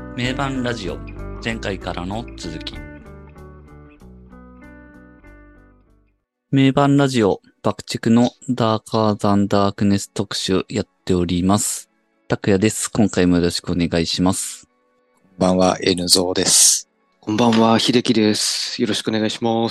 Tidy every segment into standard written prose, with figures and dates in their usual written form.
名盤ラジオ、前回からの続き。名盤ラジオ、爆竹のダーカーザンダークネス特集やっております。拓也です。今回もよろしくお願いします。 こんばんは、N ゾーです。 こんばんは、秀樹です。よろしくお願いします。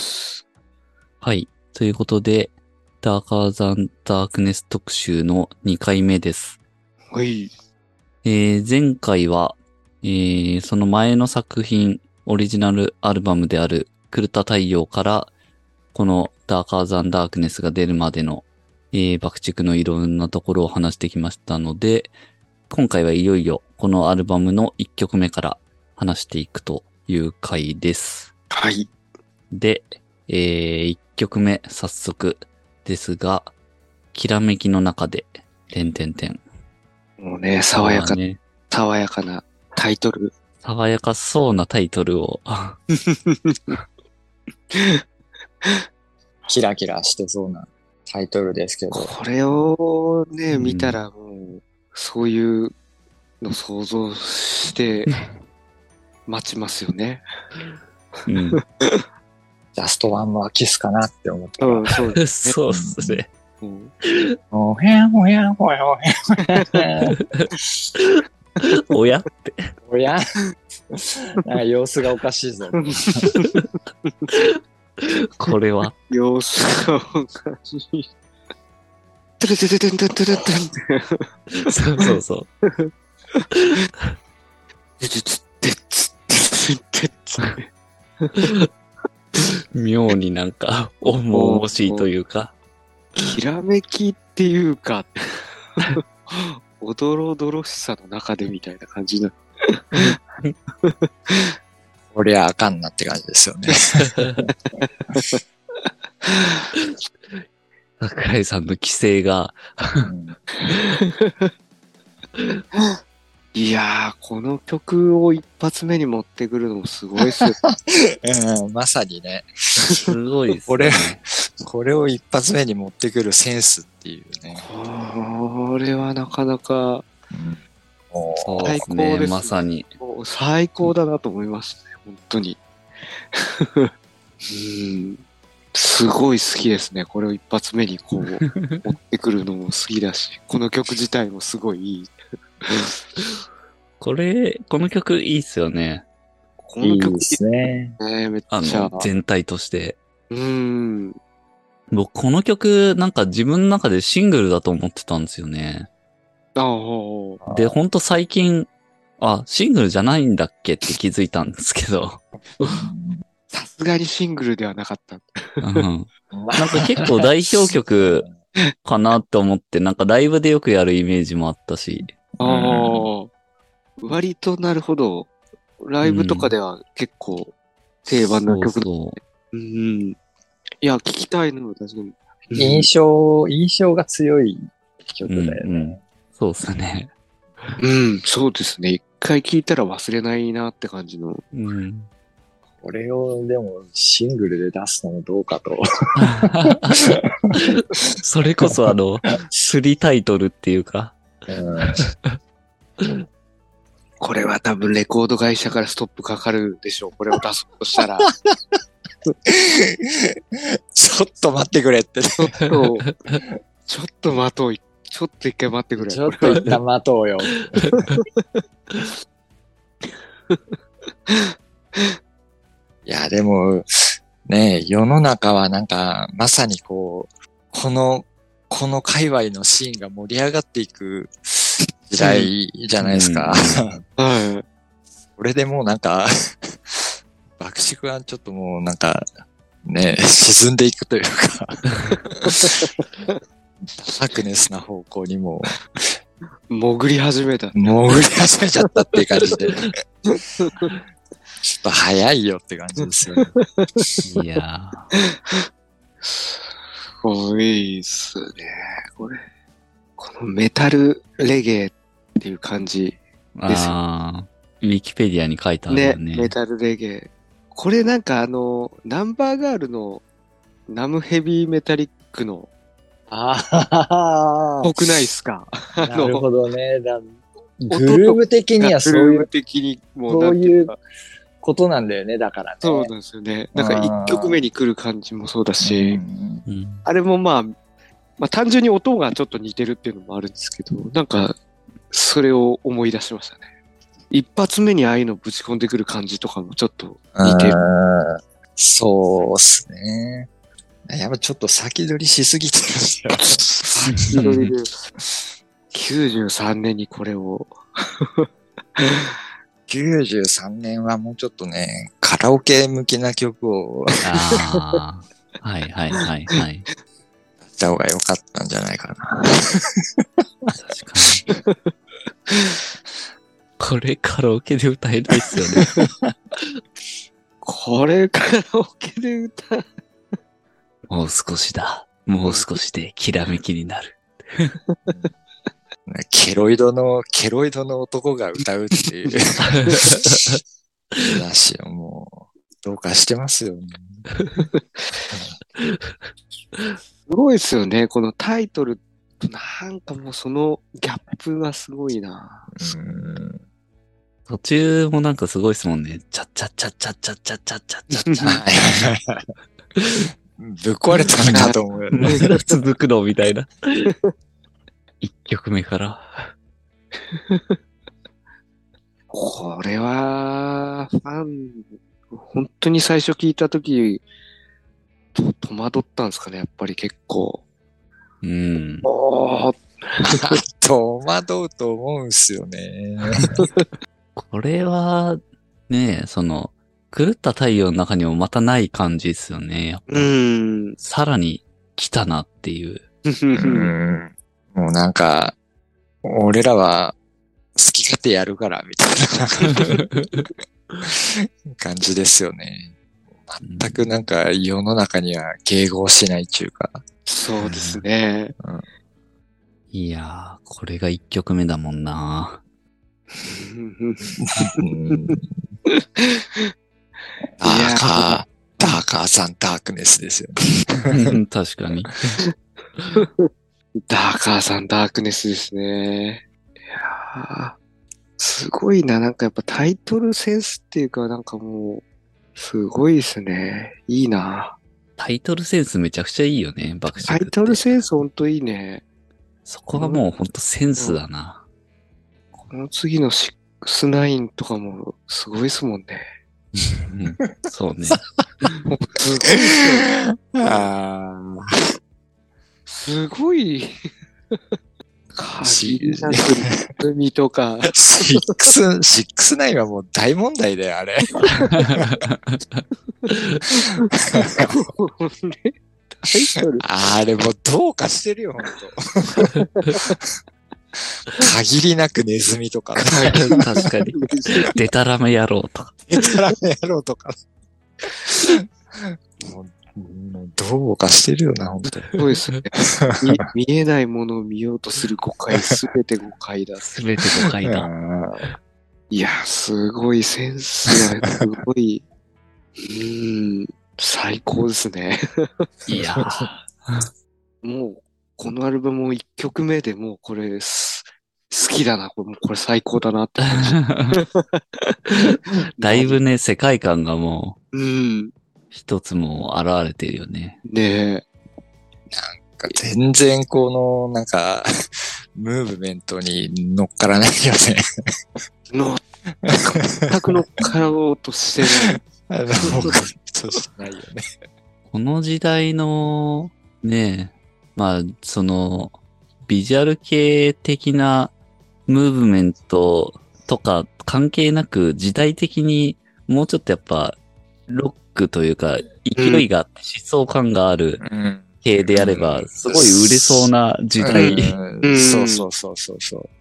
はい。ということで、ダーカーザンダークネス特集の2回目です。 はい。 前回は、その前の作品、オリジナルアルバムである狂った太陽から、このダーカーザンダークネスが出るまでの、爆竹のいろんなところを話してきましたので、今回はいよいよこのアルバムの1曲目から話していくという回です。 はい。 で、1曲目早速ですが、きらめきの中で、 もうね、爽やかなタイトル。 爽やかそうなタイトルを。 キラキラしてそうなタイトルですけど。 これをね、見たらもう、そういうの想像して待ちますよね。 うん。 ジャストワンモアキスかなって思った。 うん、そうですね。そうっすね。 おへんおへんおへんおへん。 おやって。 おやなんか様子がおかしいぞ。 これは。 様子がおかしい。トゥルトゥルトゥルトゥルトゥルトゥル。 そうそう。妙になんか、重々しいというか。 きらめきっていうか、おどろおどろしさの中でみたいな感じな。 こりゃあかんなって感じですよね。 桜井さんの規制が。 いやー、この曲を一発目に持ってくるのもすごいっすよ。 まさにね。 すごいっすね。 これを一発目に持ってくるセンスっていうね。 これはなかなか、 そうですね、まさに。 最高だなと思いますね、本当に。すごい好きですね。これを一発目にこう持ってくるのも好きだし、この曲自体もすごいいい。 この曲いいっすよね。 この曲いいですね。 めっちゃ。 全体として。 僕この曲、なんか自分の中でシングルだと思ってたんですよね。で、ほんと最近、シングルじゃないんだっけって気づいたんですけど。 さすがにシングルではなかった。 なんか結構代表曲かなって思って、なんかライブでよくやるイメージもあったし。 割となるほど。ライブとかでは結構定番の曲だ。いや、聞きたいの、確かに。 印象が強い曲だよね。 そうですね。 そうですね。一回聞いたら忘れないなって感じの。 これをでもシングルで出すのもどうかと。 それこそスリタイトルっていうか。 これは多分レコード会社からストップかかるでしょう。これを出そうとしたら。 ちょっと待ってくれって。 ちょっと待とう。ちょっと一回待ってくれ。 ちょっと一旦待とうよ。いや、でも、ね、世の中はなんか、まさにこの界隈のシーンが盛り上がっていく時代じゃないですか。 はい。 これでもうなんか、爆竹はちょっともうなんか、ね、沈んでいくというか、ダークネスな方向にも、 潜り始めちゃったっていう感じで。ちょっと早いよって感じですよね。 いやー。すごいっすね。このメタルレゲエっていう感じですよ。 ウィキペディアに書いてあるよね。 メタルレゲエ。これなんかナンバーガールのナムヘビーメタリックの、ぽくないっすか？ なるほどね。 グルーブ的にはそういう、 グルーブ的にもそうなんていうか、 ことなんだよね、だからね。 そうなんですよね。なんか1曲目に来る感じもそうだうし、 んあれもまあ単純に音がちょっと似てるっていうのもあるんですけど、なんか、それを思い出しましたね。一発目にああいうのぶち込んでくる感じとかもちょっと似てる。 そうっすね。やっぱちょっと先取りしすぎてるんだよ。 93年にこれを。 93年はもうちょっとね、カラオケ向きな曲をああ。はいはいはいはい。 やった方が良かったんじゃないかな。 確かに。これカラオケで歌えないっすよね。 これカラオケで歌う。 もう少しだ。もう少しできらめきになる。 ケロイドの男が歌うっていう話をもう、どうかしてますよね。 すごいですよね。このタイトルとなんかもうそのギャップがすごいな。 途中もなんかすごいですもんね。チャッチャッチャッチャッチャッチャッチャッチャッチャッチャッ。 ぶっ壊れたのかと思うよね。 まだ続くのみたいな。一曲目から。 これは、ファン、本当に最初聞いたとき、戸惑ったんですかね、やっぱり結構。 うん。 おー、 戸惑うと思うんすよね。 これは、ね、狂った太陽の中にもまたない感じですよね。やっぱさらに来たなっていう。 もうなんか、俺らは好き勝手やるから、みたいな感じですよね。全くなんか世の中には迎合しないっていうか。 そうですね。 いやー、これが一曲目だもんな。 ダーカーザンダークネスですよね。確かに。 ダーカーさんダークネスですね。いやー、すごいな。なんかやっぱタイトルセンスっていうかなんかもう、すごいですね。いいな。 タイトルセンスめちゃくちゃいいよね、爆タイトルセンスほんといいね。 そこがもうほんとセンスだな。 この次の6-9とかもすごいですもんね。 そうね。 すごいですよ。すごい。限りなく海とか。 6-9はもう大問題だよ、あれ。あれもうどうかしてるよ、ほんと。限りなくネズミとか。 確かに。デタラメ野郎とか。 デタラメ野郎とか。もうどうかしてるよな、本当に。 そうですね。見えないものを見ようとする誤解、すべて誤解だ。 すべて誤解だ。 いや、すごいセンスが、すごい、最高ですね。 いやもう、このアルバム1曲目でもうこれ、好きだな、これ最高だなって感じ。 だいぶね、世界観がもう、一つもう現れてるよね。 ねえ。 なんか全然なんか、ムーブメントに乗っからないよね。 全く乗っからおうとしてない。 乗っかろうとしてないよね。 この時代の、ね、まあ、ビジュアル系的なムーブメントとか関係なく時代的にもうちょっとやっぱロックというか勢いがあって疾走感がある系であればすごい売れそうな時代。 そう。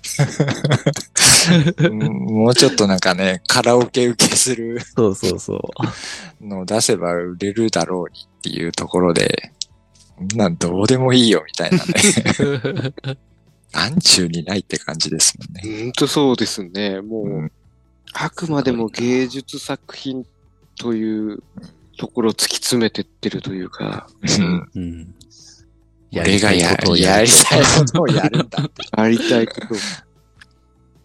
もうちょっとなんかね、カラオケ受けするのを出せば売れるだろうにっていうところで、どうでもいいよみたいなね。眼中にないって感じですもんね。 ほんとそうですね。もう、あくまでも芸術作品というところを突き詰めてってるというか。 俺がやりたいことをやるんだって。 やりたいこと。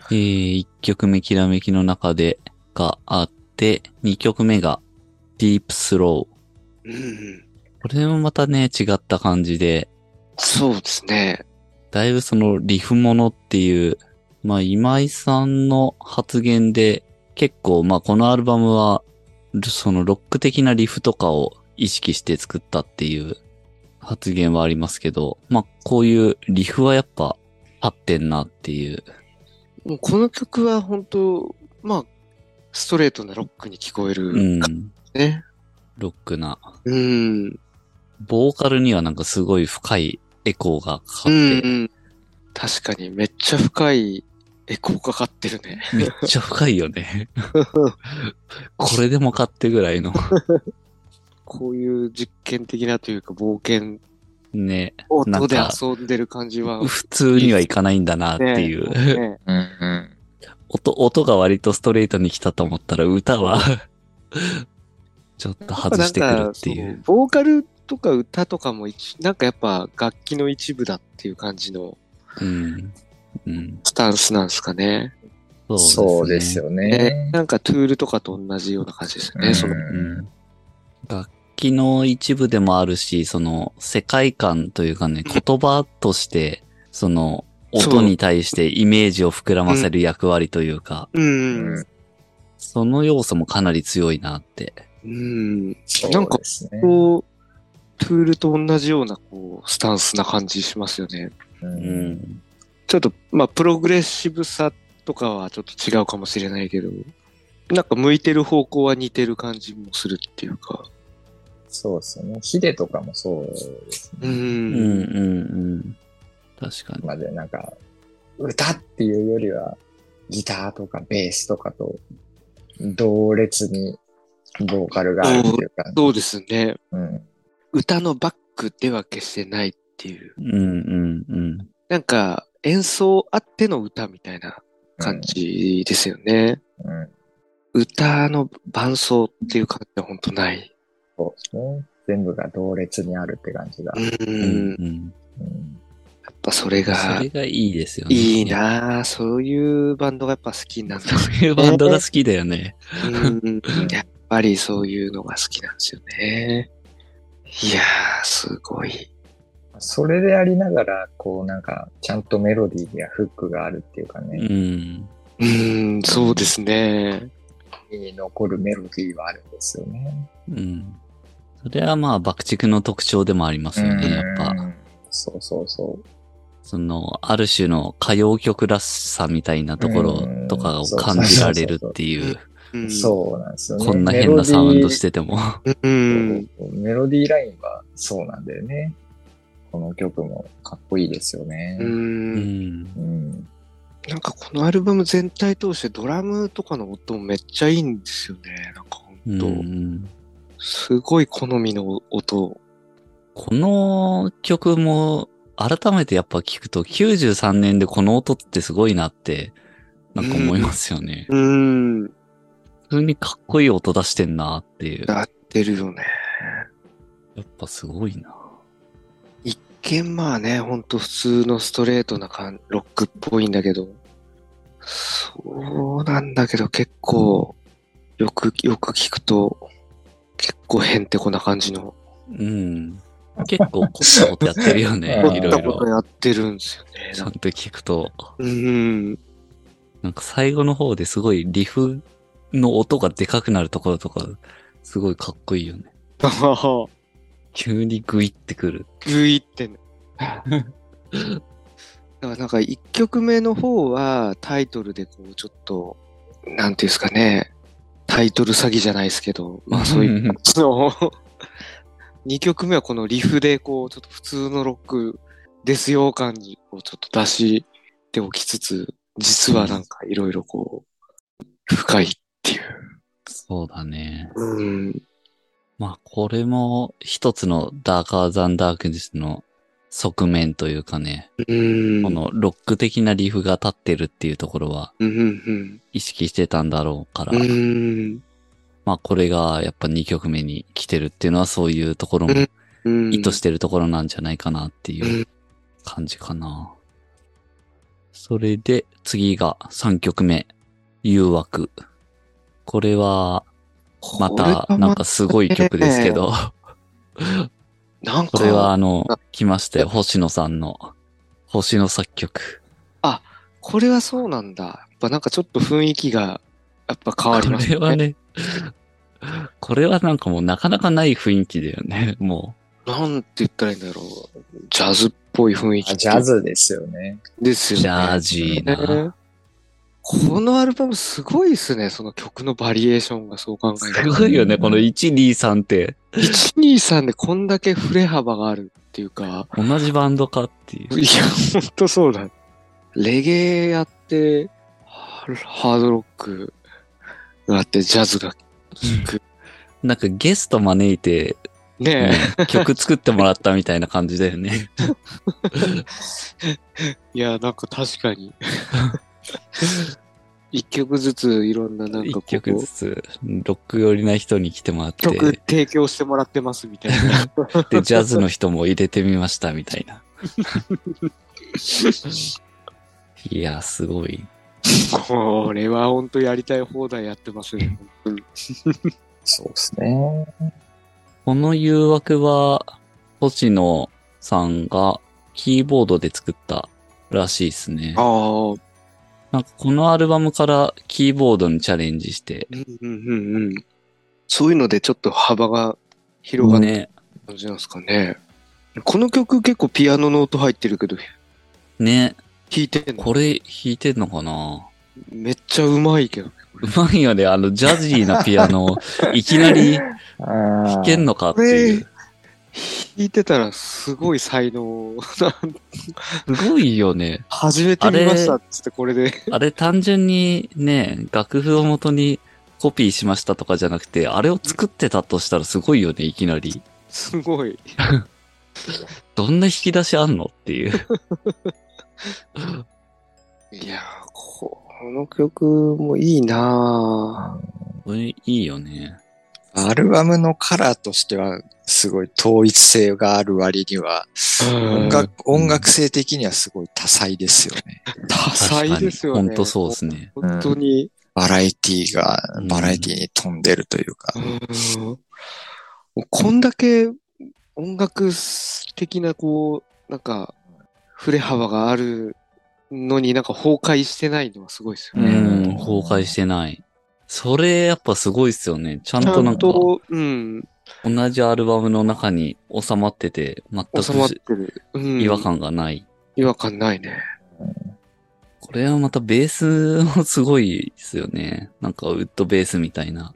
1曲目きらめきの中でがあって、2曲目がディープスロー。 うん。 これもまたね、違った感じで、 そうですね。 だいぶそのリフものっていう、まあ今井さんの発言で結構まあこのアルバムはそのロック的なリフとかを意識して作ったっていう発言はありますけど、まあこういうリフはやっぱ合ってんなっていう。 もうこの曲は本当まあ、ストレートなロックに聞こえうるん。 ね。 ロックな。 うん。 ボーカルにはなんかすごい深いエコーがかかうって、 ん。確かにめっちゃ深いエコーかかってるね。 めっちゃ深いよね。これでもかってぐらいの。 こういう実験的なというか冒険ね。 音で遊んでる感じは。 普通にはいかないんだなっていう。 ねうんうん。 音が割とストレートに来たと思ったら歌はちょっと外してくるっていう。 なんかそうボーカルとか歌とかもなんかやっぱ楽器の一部だっていう感じのうん。うん。 スタンスなんですかね。 そうですよね。 なんかトゥールとかと同じような感じですよね。そのうん。楽器の一部でもあるし、その世界観というかね、言葉として、その音に対してイメージを膨らませる役割というか、 うん。 その要素もかなり強いなって。 うん。 そうなんかですね。 こう、トゥールと同じようなこうスタンスな感じしますよね。 う。 うんん。 ちょっと、まあ、プログレッシブさとかはちょっと違うかもしれないけど、なんか向いてる方向は似てる感じもするっていうか。 そうですよね。ヒデとかもそうですね。 うん。 うんうんうん。確かに。 までなんか、歌っていうよりは、ギターとかベースとかと同列にボーカルがあるっていうか、 そうですね。 うん。 歌のバックでは決してないっていう。 うんうんうん。 なんか演奏あっての歌みたいな感じですよね。 うん。 歌の伴奏っていう感じは本当ない。 そうですね。全部が同列にあるって感じが。 うん。 うんうん。 うん。 やっぱそれがそれがいいですよね。 いいなぁ。そういうバンドがやっぱ好きなんだそういうバンドが好きだよね。 うん。やっぱりそういうのが好きなんですよね。いやー、すごい。 それでありながら、こうなんか、ちゃんとメロディーやフックがあるっていうかうね、 ん。 そうですね。 に残るメロディーはあるんですよね。 うん。それはまあ、爆竹の特徴でもありますよね、やっぱ。 そうそうそう。 その、ある種の歌謡曲らしさみたいなところとかを感じられるっていう。 そうなんですよね。 こんな変なサウンドしてても。 うん。 メロディーラインはそうなんだよね。この曲もかっこいいですよね。 うん。 うん。 なんかこのアルバム全体通してドラムとかの音もめっちゃいいんですよね。なんかほんと、すごい好みの音。 この曲も改めてやっぱ聞くと93年でこの音ってすごいなってなんか思いますよね。普通にかっこいい音出してんなっていう。 やってるよね。 やっぱすごいな。 一見まあね、ほんと普通のストレートなロックっぽいんだけど、そうなんだけど結構、よく聞くと、結構へんてこな感じの。 うん。結構凝ったことやってるよね、いろい凝ったことろ。 やってるんですよね。 ちゃんと聞くと。 なんか最後の方ですごいリフの音がでかくなるところとか、すごいかっこいいよね。急にグイってくる。 グイってね。だからなんか一曲目の方はタイトルでこうちょっと、なんていうんですかね、タイトル詐欺じゃないですけど、まあそういう、2曲目はこのリフでこうちょっと普通のロックですよ感じをちょっと出しておきつつ、実はなんかいろいろこう、深いっていう。 そうだね。 うん。 まあこれも一つのダーカーザンダークネスの側面というかね。このロック的なリフが立ってるっていうところは意識してたんだろうから。まあこれがやっぱ2曲目に来てるっていうのはそういうところも意図してるところなんじゃないかなっていう感じかな。 それで、次が3曲目。誘惑。これは、また、なんかすごい曲ですけど。 なんか、 これは来ましたよ。星野さんの、星野作曲。 これはそうなんだ。やっぱなんかちょっと雰囲気が、やっぱ変わりますね。 これはね、これはなんかもうなかなかない雰囲気だよね、もなんて言ったらいいんだろう。ジャズっぽい雰囲気ジャズですよね。 ですう。 よね。 ジャージーな。 このアルバムすごいですね。その曲のバリエーションがそう考えすると。 ごいよね、この1、2、3って。 123でこんだけ振れ幅があるっていうか、 同じバンドかっていう。 いや、ほんとそうだ。レゲエやって、ハードロックがあって、ジャズが聴く。 なんかゲスト招いて、 ねね、曲作ってもらったみたいな感じだよね。 え。いや、なんか確かに。一曲ずついろんななんか一曲ずこつ、ロック寄りな人に来てもらっう、曲て、 提供してもらってますみたいな。 で、ジャズの人も入れてみましたみたいな。いや、すごい。 これは本当やりたい放題やってますね。本当に。 そうですね。 この誘惑は、星野さんがキーボードで作ったらしいですね。 ああ、 なんかこのアルバムからキーボードにチャレンジして、 うんうんうんうん。そういうのでちょっと幅が広がったね、 感じなんですかね。この曲結構ピアノの音入ってるけど、 ね、 弾いてんのこれ弾いてんのかな？ めっちゃうまいけど。 うまいよね、ジャジーなピアノ、いきなり弾けんのかっていう。 弾いてたらすごい才能。 すごいよね。 初めて見ましたっつってこれで。 あれ単純にね、楽譜を元にコピーしましたとかじゃなくて、あれを作ってたとしたらすごいよね、いきなり。 すごい。 どんな引き出しあんのっていう。 いやー、この曲もいいなこれいいよね。 アルバムのカラーとしては、すごい統一性がある割には、音楽性的にはすごい多彩ですよね。 多彩ですよね。 本当そうですね。 本当に。 バラエティに富んでるというか。 こんだけ音楽的なこう、なんか、振れ幅があるのになんか崩壊してないのはすごいですよね。 崩壊してない。それやっぱすごいっすよね。ちゃんとなんか、同じアルバムの中に収まってて、全収まってる。 違和感がない。 違和感ないね。 これはまたベースもすごいですよね。なんかウッドベースみたいな。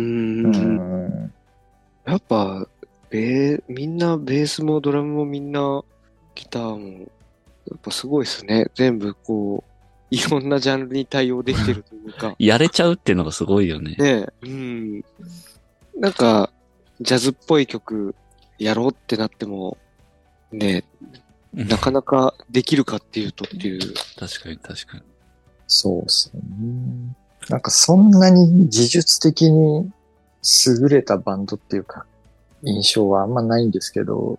やっぱ、みんなベースもドラムもみんなギターも、やっぱすごいですね。全部こう、いろんなジャンルに対応できてるというか。 やれちゃうっていうのがすごいよね。 ねなんか、ジャズっぽい曲やろうってなっても、ねなかなかできるかっていうとっていう。 確かに確かに。 そうですね。なんかそんなに技術的に優れたバンドっていうか、印象はあんまないんですけど、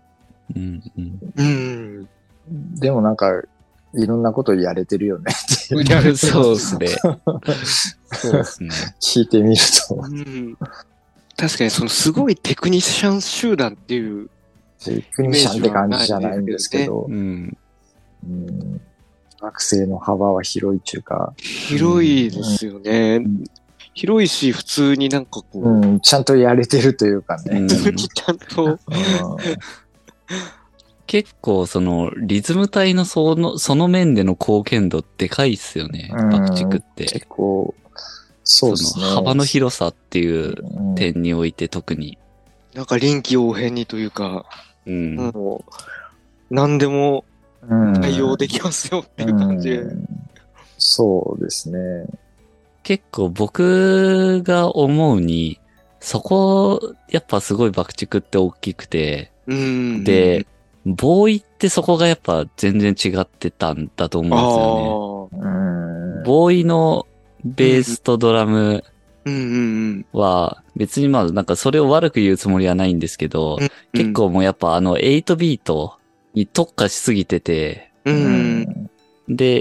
でもなんか、いろんなことやれてるよねっていう。 そうですね。そうですね。 聞いてみると。 確かにそのすごいテクニシャン集団っていう。 テクニシャンって感じじゃないんですけど、学生の幅は広いっていうか。 広いですよね。広いし、普通になんかこう。 ちゃんとやれてるというかね。 ちゃんと。 結構そのリズム隊のその面での貢献度でかいっすよね、爆竹って。 結構、そうですね。 幅の広さっていう点において特に。 なんか臨機応変にというか、もう何でも対応できますよっていう感じで。 そうですね。 結構僕が思うに、そこ、やっぱすごい爆竹って大きくて、で、ボーイってそこがやっぱ全然違ってたんだと思うんですよね。ボーイのベースとドラムは別にまあなんかそれを悪く言うつもりはないんですけど、結構もうやっぱ8ビートに特化しすぎてて、で、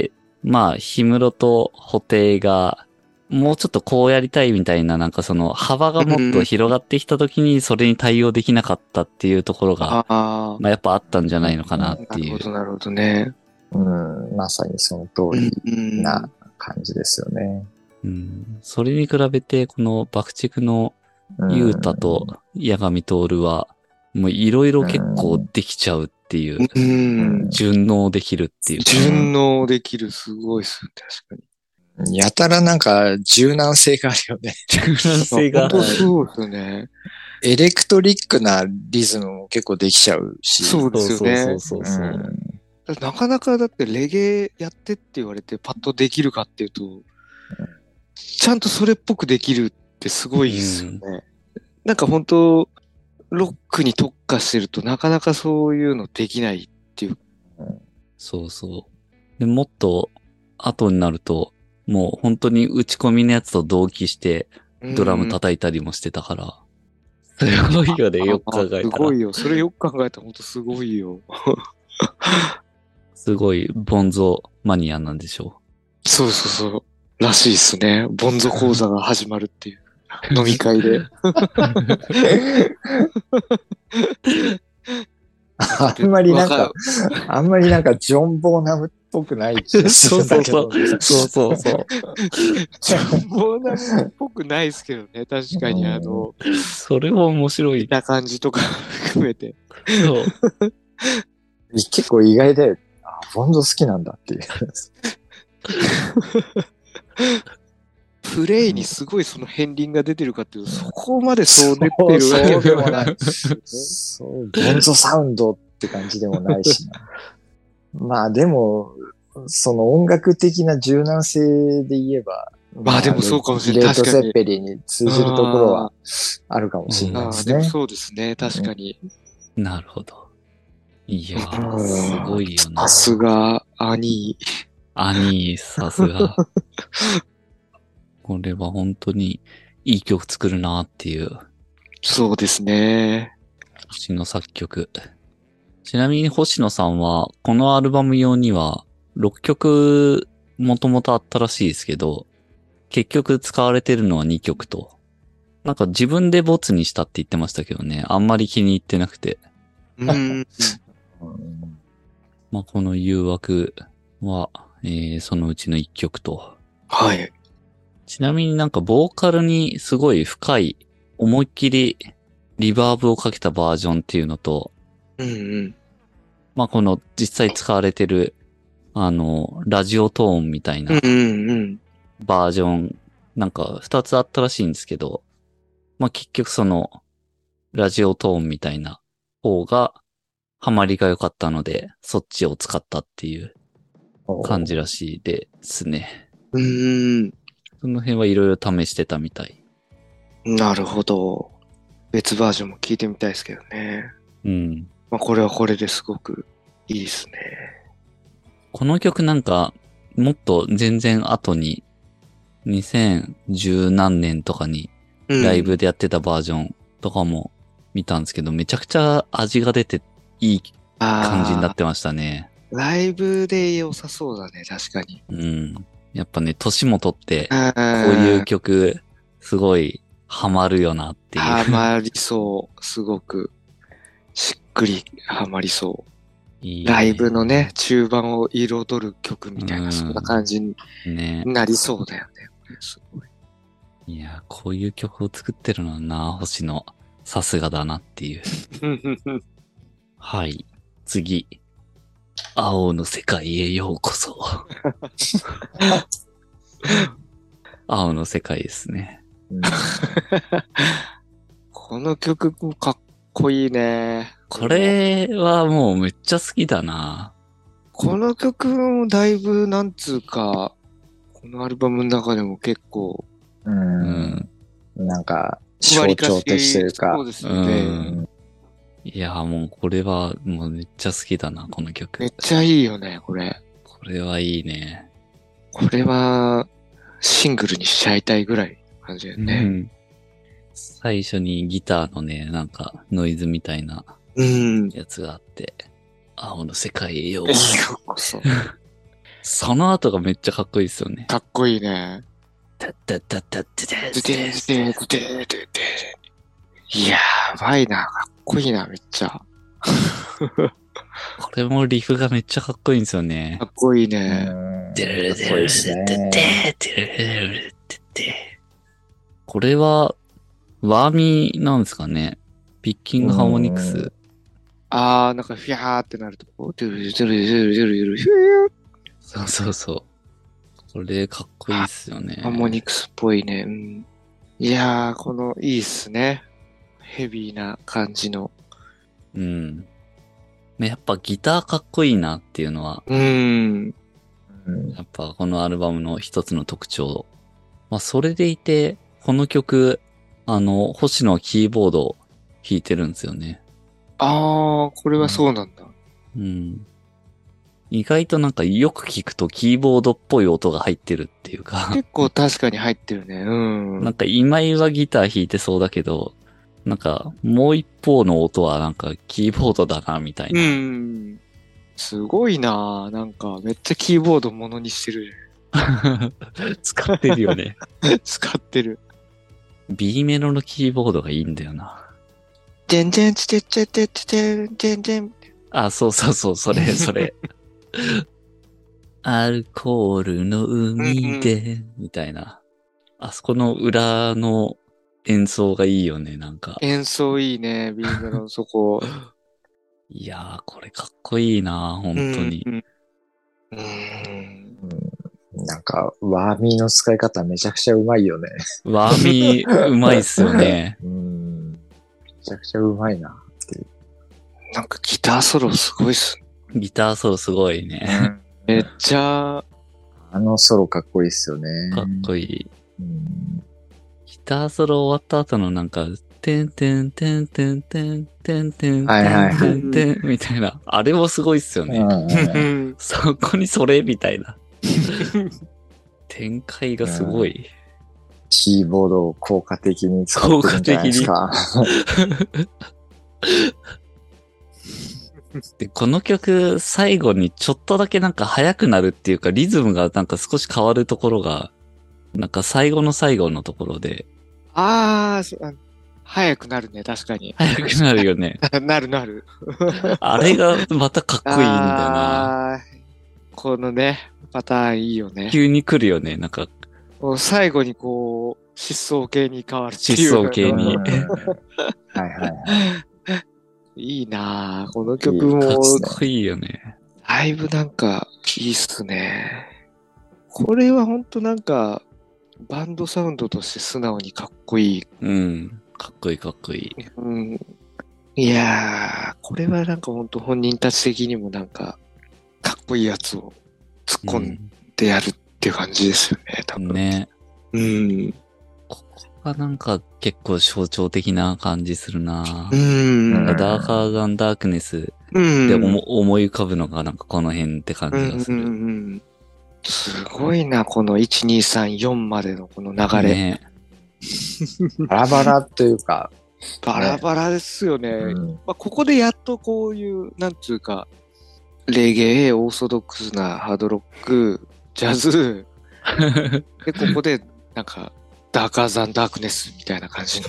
まあ、氷室と布袋が、もうちょっとこうやりたいみたいな、なんかその幅がもっと広がってきた時にそれに対応できなかったっていうところが、 あまあやっぱあったんじゃないのかなっあ、なていう。 るほど、なるほどね。 まさにその通りな感じですよね。 それに比べて、この爆竹のゆうたと八神徹は、もういろいろ結構できちゃうっていう、順応できるっていうか。 順応できる、すごいっすね、確かに。 やたらなんか柔軟性があるよね。 柔軟性が。 本当そうですよね。 エレクトリックなリズムも結構できちゃうし。 そうですよね。 そう。 なかなかだってレゲエやってって言われてパッとできるかっていうと、ちゃんとそれっぽくできるってすごいですよね。なんか本当ロックに特化してるとなかなかそういうのできないっていう。 そう。で、もっと後になると、もう本当に打ち込みのやつと同期してドラム叩いたりもしてたから。すごいよね、よく考えたら。 すごいよ。それよく考えたら本当すごいよ。 すごい、ボンゾマニアなんでしょう。そう。らしいっすね。ボンゾ講座が始まるっていう。飲み会で。 あんまりなんかジョン・ボーナムっぽくない気がするんだけど。 そう。 ジョン・ボーナムっぽくないですけどね。確かにそれは面白い。 な感じとか含めて。 そう。 結構意外で、ボンゾ好きなんだっていう。 プレイにすごいその片鱗が出てるかっていうと、そこまでそう出てるわけではない。 そう、ボンゾサウンドって感じでもないしな。まあでも、その音楽的な柔軟性で言えば、 まあでもそうかもしれない。 レッド・ゼッペリンに通じるところはあるかもしれないですね。 でもそうですね、確かに。 なるほど。いやー、すごいよな。 さすが、兄、 さすが。これは本当にいい曲作るなっていう。 そうですね。 星野作曲。ちなみに星野さんは、このアルバム用には、6曲もともとあったらしいですけど、結局使われてるのは2曲と。なんか自分でボツにしたって言ってましたけどね、あんまり気に入ってなくて。まあ、この誘惑は、そのうちの1曲と。 はい。 ちなみになんかボーカルにすごい深い、思いっきりリバーブをかけたバージョンっていうのと、まあこの実際使われてる、ラジオトーンみたいなバージョン、なんか2つあったらしいんですけど、まあ結局その、ラジオトーンみたいな方がハマりが良かったので、そっちを使ったっていう感じらしいですね。その辺はいろいろ試してたみたい。 なるほど。別バージョンも聞いてみたいですけどね。まあこれはこれですごくいいですね。 この曲なんか、もっと全然後に、2010何年とかにライブでやってたバージョンとかも見たんですけど、めちゃくちゃ味が出ていい感じになってましたね。 ライブで良さそうだね、確かに。 やっぱね、年も取って、こういう曲、すごいハマるよなっていう。 ハマりそう。すごく、しっくりハマりそう。いいね、ライブのね、中盤を彩る曲みたいな、そんな感じになりそうだよね。すごい。 いや、こういう曲を作ってるのはな、星野、さすがだなっていう。はい。次。青の世界へようこそ。青の世界ですね。 この曲もかっこいいね。 これはもうめっちゃ好きだな。 この曲もだいぶなんつうか、このアルバムの中でも結構、 なんか象徴的というか。 そうですよね。 いや、もうこれはもうめっちゃ好きだな、この曲。 めっちゃいいよね、これ。 これはいいね。 これは、シングルにしちゃいたいぐらい感じだよね。 最初にギターのね、なんかノイズみたいなやつがあって、青の世界へようこそ。 その後がめっちゃかっこいいですよね。 かっこいいね。 タッタッタッタッタッタッでタッでででででやばいな。かっこいいな、めっちゃ。 これもリフがめっちゃかっこいいんですよねか。っこいいね。 かっこいいですね。 これは、ワーミーなんですかね。ピッキングハーモニクス。 あー、なんかフィャーってなるとこ。ドゥルドゥルドゥルドゥルドゥルフィそうそうそう。これかっこいいっすよね。 ハーモニクスっぽいね。うん。いやー、いいっすね。ヘビーな感じの。 うん。ねやっぱギターかっこいいなっていうのは、 うん。 やっぱこのアルバムの一つの特徴。まあそれでいて、この曲、星野はキーボードを弾いてるんですよね。 あー、これはそうなんだ。 うん。意外となんかよく聞くとキーボードっぽい音が入ってるっていうか、 結構確かに入ってるね。うん。 なんか今井はギター弾いてそうだけど、なんかもう一方の音はなんかキーボードだなみたいな。 うん。すごいなぁ。なんか、めっちゃキーボードものにしてる使ってるよね。 じゃん。使ってる。 B メロのキーボードがいいんだよな。 でんでんちてちてちてでんでん。 あ、そうそうそう、それ、それ。アルコールの海で、みたいな。あそこの裏の演奏がいいよね、なんか。 演奏いいね。B メロのそこ。 いやー、これかっこいいな、本当に。 うん。 なんか、ワーミーの使い方めちゃくちゃうまいよね。 ワーミー、うまいっすよね。 めちゃくちゃうまいなっていう。 なんかギターソロすごいっすギターソロすごいね。 ね。めっちゃ、 あのソロかっこいいっすよね。 かっこいい。 うんギターソロ終わった後のなんか、てんてんてんてんてんてんてんはいはいはいてんてんみたいな。あれもすごいっすよね。そこにそれみたいな。展開がすごい。 キーボードを効果的に使ってるんじゃないですか。 で、この曲、最後にちょっとだけなんか速くなるっていうか、リズムがなんか少し変わるところが、なんか最後の最後のところで、 あー、早くなるね、確かに。 速くなるよね。 なるなる。 あれがまたかっこいいんだよな。 あーこのね、パターンいいよね。 急に来るよね。なんか、 もう最後にこう、疾走系に変わるっていう。 疾走系に。 はいはい。 いいなぁ。この曲かっも、 こいいよね。 だいぶなんか、いいっすね。これはほんとなんか、バンドサウンドとして素直にかっこいい。 うん。かっこいいかっこいい。 うん。いやー、これはなんかほんと本人たち的にもなんか、かっこいいやつを突っ込んでやるっていう感じですよね、多分。 ね。 うん。 ここがなんか結構象徴的な感じするな。 うん。 ダーカーザンダークネスうん。 で思い浮かぶのがなんかこの辺って感じがする。 うんすごいな、この1、2、3、4までのこの流れ。 ね。 バラバラというか、 バラバラですよね。 うんまあ、ここでやっとこういう、なんつうか、レゲエ、オーソドックスなハードロック、ジャズ、で、ここで、なんか、ダーカーザンダークネスみたいな感じの。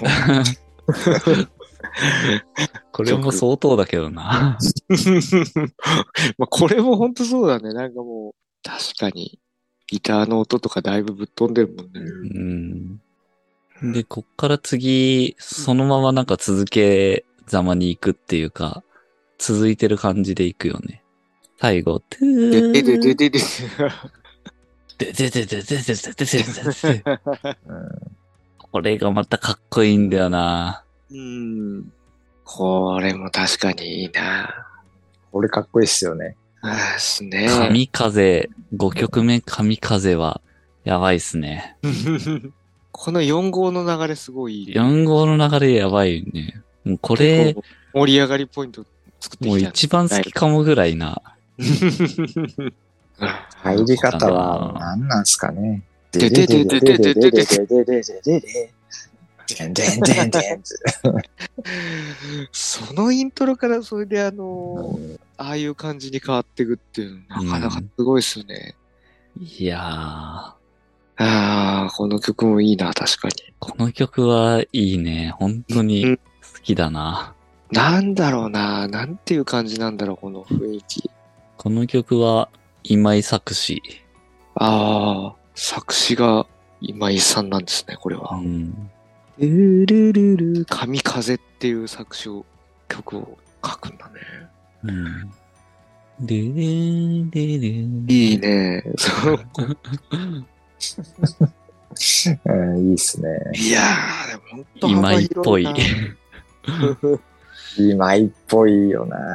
これも相当だけどな。 まあこれも本当そうだね。なんかもう、確かに、ギターの音とかだいぶぶっ飛んでるもんね。 うん。で、こっから次、そのままなんか続けざまに行くっていうか、続いてる感じで行くよね。最後、トゥーで、で、で、で、で、 でででででででででこれがまたかっこいいんだよな。 うん。これも確かにいいな。 これかっこいいっすよね。 ああ、すね。 神風、5曲目神風は、やばいっすね。 この4号の流れすごいいい。 4号の流れやばいね。もうこれ結、構盛り上がりポイント作ってきた。 もう一番好きかもぐらいな。 入り方は何なんすかね。 ででででででででででんでんでんでんそのイントロからそれでああいう感じに変わっていくっていうのなかなかすごいですよね。 いやー、 ああ、この曲もいいな、確かに。 この曲はいいね。本当に好きだな。 なんだろうな、なんていう感じなんだろう、この雰囲気。 この曲は今井作詞。 ああ、作詞が今井さんなんですね、これうは。 ん。 ルルルル、神風っていう作詞を、曲を書くんだね。 うん。でーでーいいね。そう。 うん、いいっすね。 いやー、でも本当今幅井っぽい。 広いな。 今井っぽいよな。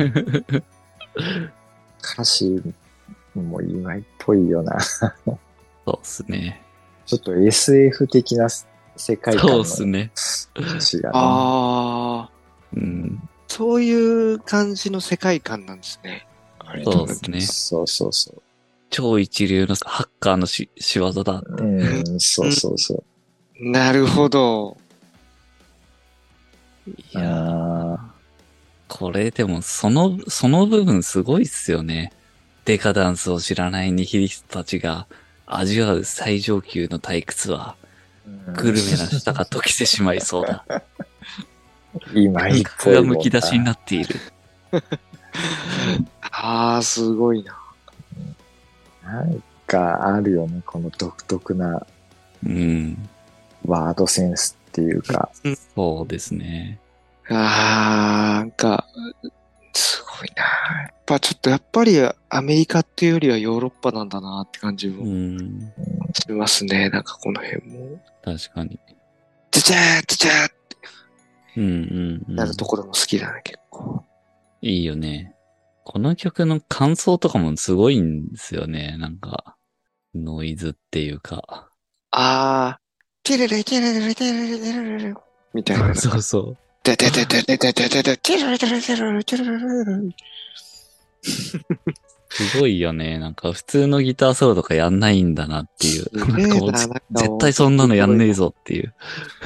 歌詞も今井っぽいよな。 そうっすね。 ちょっと SF 的な世界観そうのっすね。 歌詞がね。 ああ、 うん。 そういう感じの世界観なんですね。 そうっすね。 そうそうそう。 超一流のハッカーの仕業だって。 うん、そうそうそう。 なるほど。 いやー、これでもその部分すごいっすよね。デカダンスを知らないニヒリストたちが味わう最上級の退屈は、グルメな舌が溶けてしまいそうだ。 今井っぽ感覚がいもんな。 むき出しになっている。 ああ、すごいな。 なんかあるよね、この独特なうん。 ワードセンスっていうか。 そうですね。 ああ、なんか、すごいな。やっぱりアメリカっていうよりはヨーロッパなんだなって感じうもん。 しますね。なんかこの辺も。 確かに。 チャチャーチャチャーってうんうんうん。 なるところも好きだね、結構。 いいよね。この曲の感想とかもすごいんですよね。なんか、ノイズっていうか。 ああ、テレレテレレテレレテレレレみたいな。 そうそう。 テテテテテテテテテテレレテレレテレレテレレレすごいよね。なんか普通のギターソロとかやんないんだなっていう。 すげえなんかもうな、なんか絶対そんなのやんねえぞっていう。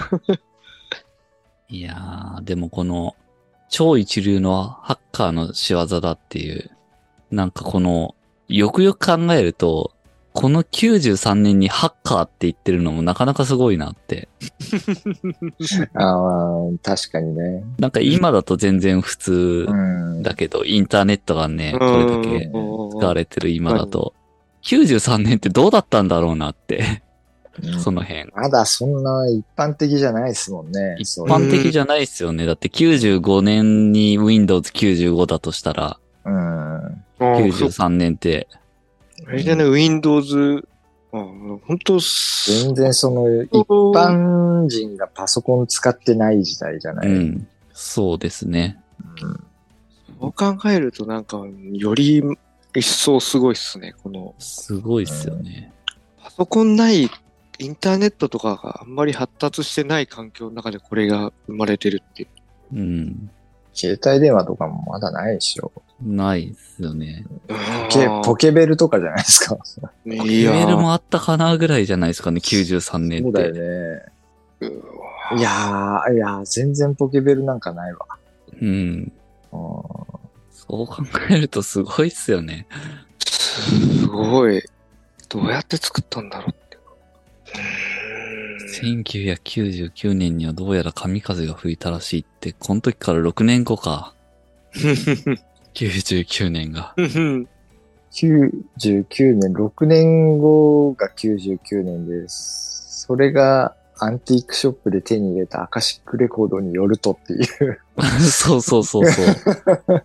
いやー、でもこの超一流のハッカーの仕業だっていう。なんかこの、よくよく考えると、この93年にハッカーって言ってるのもなかなかすごいなって。 ああ、確かにね。 なんか今だと全然普通うん。 だけど、インターネットがね、これだけ使われてる今だと、93年ってどうだったんだろうなって、その辺。 まだそんな一般的じゃないですもんね。 一そういう般的じゃないですよね。だって95年に Windows 95だとしたら、 うん。 93年って、 あれじゃね、Windows、本当全然その一般人がパソコン使ってない時代じゃない。 うん、そうですね。 そう考えるとなんか、より一層すごいっすね。この、 すごいっすよね。 パソコンない、インターネットとかがあんまり発達してない環境の中でこれが生まれてるっていう。 うん。 携帯電話とかもまだないでしょ。 ないっすよね。 ポケベルとかじゃないですか。 いメールやもあったかなぐらいじゃないですかね、93年そうだよって。 ね。いやー、全然ポケベルなんかないわ。 うん。 うんそう考えるとすごいっすよね。 すごい。どうやって作ったんだろうって。 1999年にはどうやら神風が吹いたらしいって、この時から6年後か。99年が。 99年、6年後が99年です。それがアンティークショップで手に入れたアカシックレコードによるとっていうそうそうそうそう。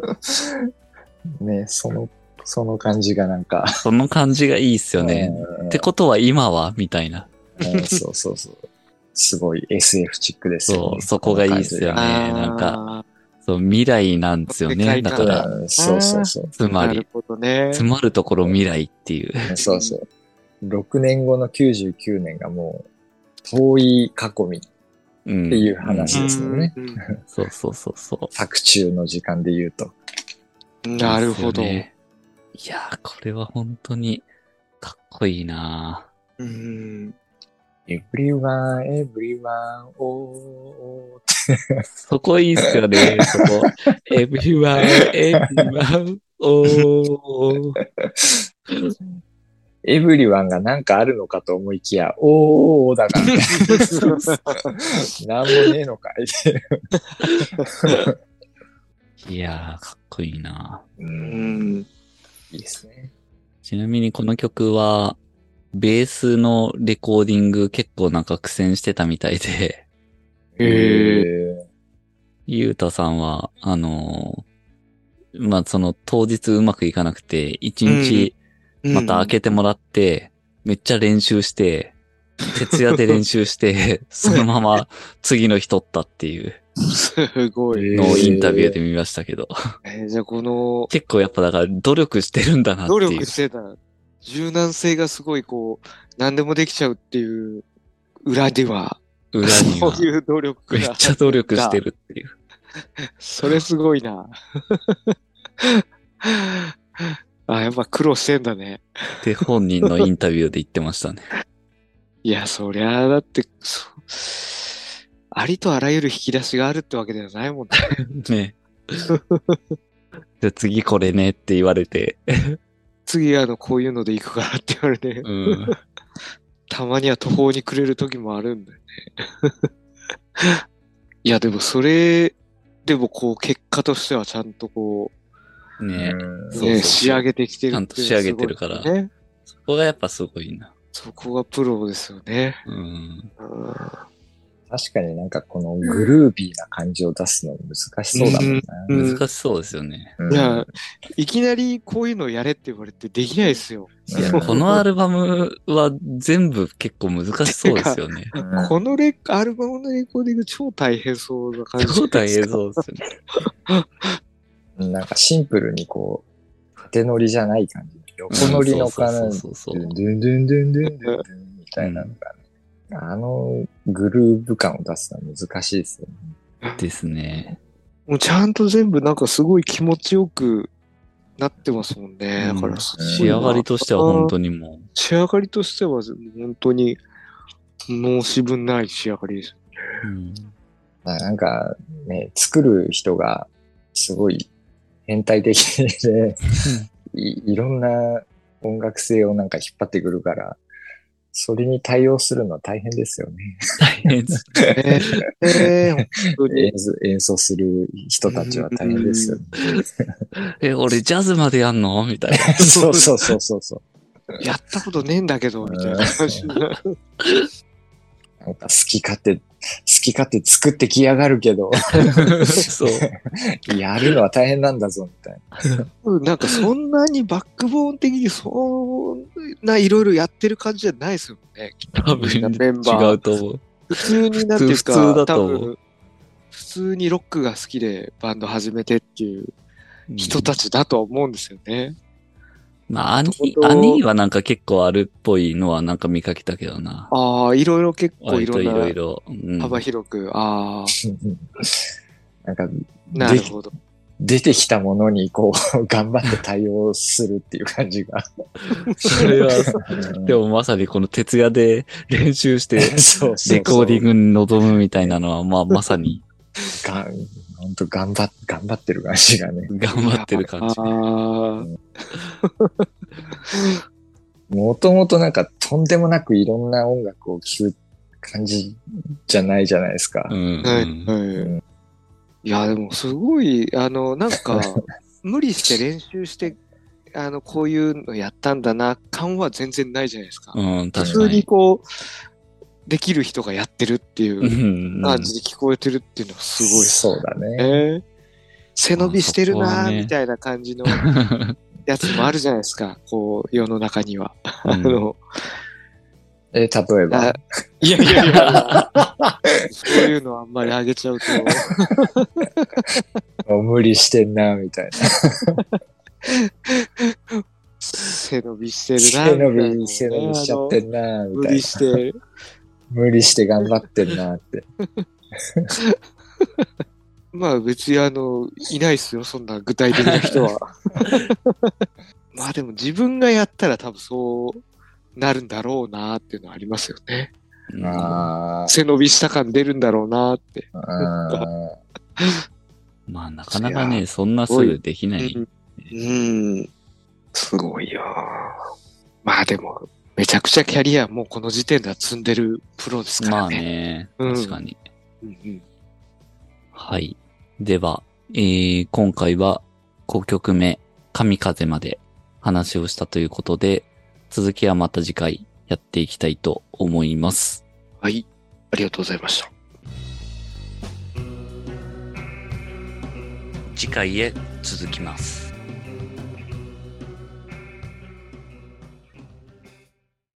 ね、その感じがなんか、 その感じがいいっすよね。ってことは今はみたいな。 そうそうそう。すごい SF チックですよね。 そう、そこがいいっすよね。なんか、そう、未来なんですよね。だから、 そうそうそう。 つまりなる、ほどね。 詰まるところ未来っていう。 そうそう。6年後の99年がもう、遠い過去みうん。 っていう話ですもんね。 うんそうそうそうそう。 作中の時間で言うと。 なるほど。 いいっすよね。いやー、これは本当にかっこいいなうん。 everyone, everyone, oh, そこいいっすよね、そこ。everyone, everyone, oh. エブリワンがなんかあるのかと思いきや、おーだからね。なんもねえのかい。 いやー、かっこいいな。 うん。 いいですね。 ちなみにこの曲は、ベースのレコーディング結構なんか苦戦してたみたいで、ゆうたさんは、まあ、その当日うまくいかなくて、一日また開けてもらって、めっちゃ練習して、徹夜で練習して、そのまま次の日撮ったっていうすごい。 のをインタビューで見ましたけど、 じゃあこの、 結構やっぱだから努力してるんだなって努いう。 力してた、柔軟性がすごいこう、何でもできちゃうっていう裏では、 裏にはそういう努力が。 めっちゃ努力してるっていう。 それすごいな。あ、やっぱ苦労してんだね。 で、本人のインタビューで言ってましたね。 いや、そりゃ、だって、ありとあらゆる引き出しがあるってわけではないもんね。 ね。じゃあ次これねって言われて。 次こういうので行くからって言われて、 うん。 たまには途方に暮れる時もあるんだよね。いや、でもそれ、でもこう、結果としてはちゃんとこねうんう、 そうそうね、仕上げてきてるっていうのはちゃんと仕上げてるからすごいね。 そこがやっぱすごいな。 そこがプロですよね。 うん。 うん確かになんかこのグルービーな感じを出すの難しそうだもんな。 うん難しそうですよね。 うんいや、いきなりこういうのやれって言われてできないですよ。 いや、このアルバムは全部結構難しそうですよね。 うんこのアルバムのレコーディング超大変そうな感じ。 超大変そうですよね。 なんかシンプルにこう、縦乗りじゃない感じ。横乗りのかな、 そうそうそうそうドゥンドゥンドゥンドゥンドゥンドゥンみたいなのがね。あのグルーヴ感を出すのは難しいですよね。 ですね。 もうちゃんと全部なんかすごい気持ちよくなってますもんね。 うんだから仕上がりとしては本当にも仕上がりとしては本当に申し分ない仕上がりです。 う、うん、 なんかね、作る人がすごい変態的で、いろんな音楽性をなんか引っ張ってくるから、それに対応するのは大変ですよね。 大変です。 本当に。 演奏する人たちは大変ですよね。 俺ジャズまでやんのみたいな。 そうそうそうそうそう。 やったことねえんだけど、みたいな感じになる。 なんか好き勝手作ってきやがるけど、 そう。 やるのは大変なんだぞ、みたいな。 なんかそんなにバックボーン的にそんないろいろやってる感じじゃないですよね。 多分みんなメンバ違ーうと思う。 普通になんていうか、 普通だと多思う分普通にロックが好きでバンド始めてっていう人たち。 ちだとは思うんですよね。 まあ、アニーはなんか結構あるっぽいのはなんか見かけたけどな。 ああ、いろいろ結構い割といろんなろいろ。うん幅広く、ああ、 なんか、 なるほど。 出てきたものにこう、頑張って対応するっていう感じが。 それは、 うんでもまさにこの徹夜で練習して、 そうそうそうレコーディングに臨むみたいなのは、まあまさに本当頑張ってる感じがね。 頑張ってる感じ。 あもともとなんかとんでもなくいろんな音楽を聴く感じじゃないじゃないですか。 うんあ、はい、はい。いや、でもすごい、なんか、無理して練習して、こういうのやったんだな、感は全然ないじゃないですか。 うん、 普通に確かに。 こう、できる人がやってるっていううん感じで聞こえてるっていうのはすごいですそうだね。 ね。背伸びしてるなまあそこはねーみたいな感じのやつもあるじゃないですか。こう、世の中には。 例えば。 いやいやいや、そういうのあんまりあげちゃうと。 もう無理してんな、みたいな。 背伸びしてるなみたいな。 背伸びしちゃってんな、み無たいな。 理して。 無理して頑張ってんなって。 まあ別にいないっすよ、そんな具体的な人は。まあでも自分がやったら多分そうなるんだろうなっていうのはありますよね。 うんあ背伸びした感出るんだろうなって。 あ。 まあなかなかね、そんなすぐできない。 うん。すごいよ。 まあでも、めちゃくちゃキャリアもうこの時点では積んでるプロですからね。 まあね、確かに。 うんうん。 はい。では、今回は5曲目、神風まで話をしたということで、続きはまた次回やっていきたいと思います。 はい。ありがとうございました。 次回へ続きます。